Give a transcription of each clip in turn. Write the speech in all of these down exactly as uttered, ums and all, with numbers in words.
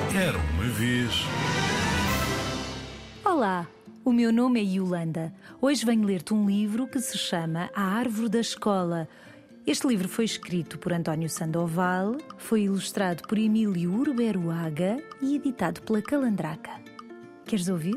Era uma vez. Olá, o meu nome é Yolanda. Hoje venho ler-te um livro que se chama A Árvore da Escola. Este livro foi escrito por António Sandoval, foi ilustrado por Emílio Urberuaga e editado pela Calandraca. Queres ouvir?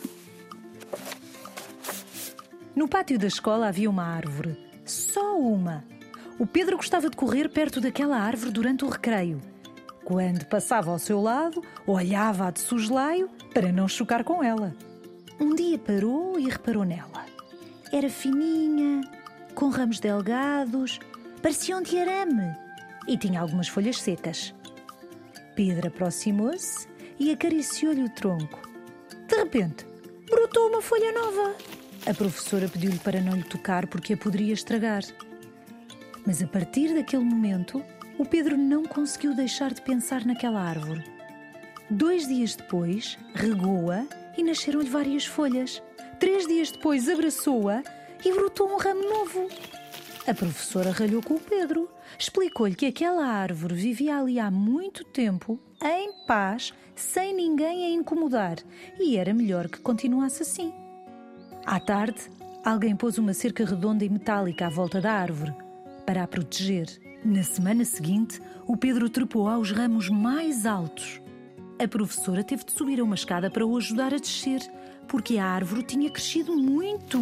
No pátio da escola havia uma árvore. Só uma. O Pedro gostava de correr perto daquela árvore durante o recreio. Quando passava ao seu lado, olhava-a de soslaio para não chocar com ela. Um dia parou e reparou nela. Era fininha, com ramos delgados, parecia um de arame e tinha algumas folhas secas. Pedro aproximou-se e acariciou-lhe o tronco. De repente, brotou uma folha nova. A professora pediu-lhe para não lhe tocar porque a poderia estragar. Mas a partir daquele momento, o Pedro não conseguiu deixar de pensar naquela árvore. Dois dias depois, regou-a e nasceram-lhe várias folhas. Três dias depois, abraçou-a e brotou um ramo novo. A professora ralhou com o Pedro. Explicou-lhe que aquela árvore vivia ali há muito tempo, em paz, sem ninguém a incomodar, e era melhor que continuasse assim. À tarde, alguém pôs uma cerca redonda e metálica à volta da árvore, para a proteger. Na semana seguinte, o Pedro trepou aos ramos mais altos. A professora teve de subir a uma escada para o ajudar a descer, porque a árvore tinha crescido muito.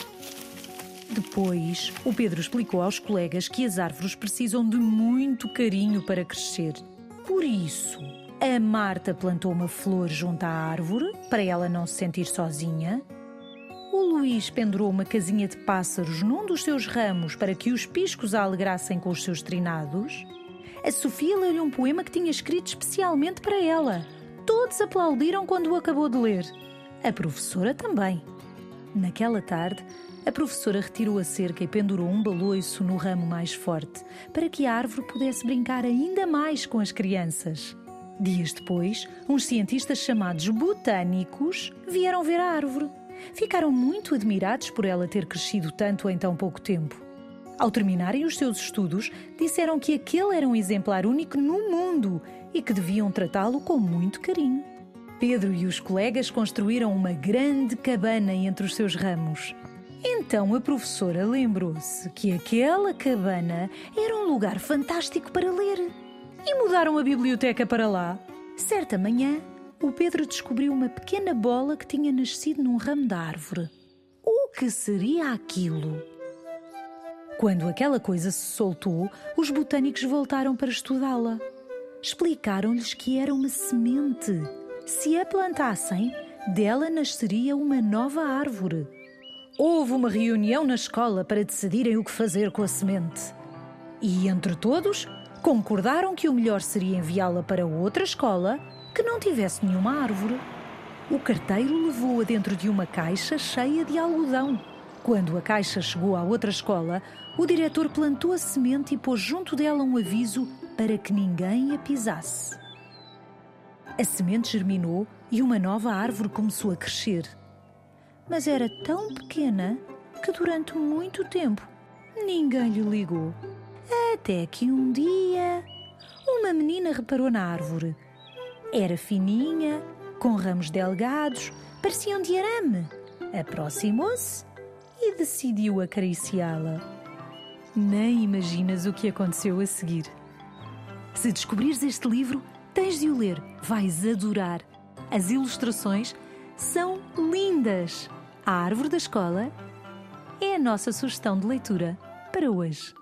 Depois, o Pedro explicou aos colegas que as árvores precisam de muito carinho para crescer. Por isso, a Marta plantou uma flor junto à árvore, para ela não se sentir sozinha. O Luís pendurou uma casinha de pássaros num dos seus ramos para que os piscos a alegrassem com os seus trinados. A Sofia leu-lhe um poema que tinha escrito especialmente para ela. Todos aplaudiram quando o acabou de ler. A professora também. Naquela tarde, a professora retirou a cerca e pendurou um baloiço no ramo mais forte para que a árvore pudesse brincar ainda mais com as crianças. Dias depois, uns cientistas chamados botânicos vieram ver a árvore. Ficaram muito admirados por ela ter crescido tanto em tão pouco tempo. Ao terminarem os seus estudos, disseram que aquele era um exemplar único no mundo e que deviam tratá-lo com muito carinho. Pedro e os colegas construíram uma grande cabana entre os seus ramos. Então a professora lembrou-se que aquela cabana era um lugar fantástico para ler e mudaram a biblioteca para lá. Certa manhã, o Pedro descobriu uma pequena bola que tinha nascido num ramo da árvore. O que seria aquilo? Quando aquela coisa se soltou, os botânicos voltaram para estudá-la. Explicaram-lhes que era uma semente. Se a plantassem, dela nasceria uma nova árvore. Houve uma reunião na escola para decidirem o que fazer com a semente. E, entre todos, concordaram que o melhor seria enviá-la para outra escola que não tivesse nenhuma árvore. O carteiro levou-a dentro de uma caixa cheia de algodão. Quando a caixa chegou à outra escola, o diretor plantou a semente e pôs junto dela um aviso para que ninguém a pisasse. A semente germinou e uma nova árvore começou a crescer. Mas era tão pequena que durante muito tempo ninguém lhe ligou. Até que um dia uma menina reparou na árvore. Era fininha, com ramos delgados, pareciam de arame. Aproximou-se e decidiu acariciá-la. Nem imaginas o que aconteceu a seguir. Se descobrires este livro, tens de o ler. Vais adorar. As ilustrações são lindas. A Árvore da Escola é a nossa sugestão de leitura para hoje.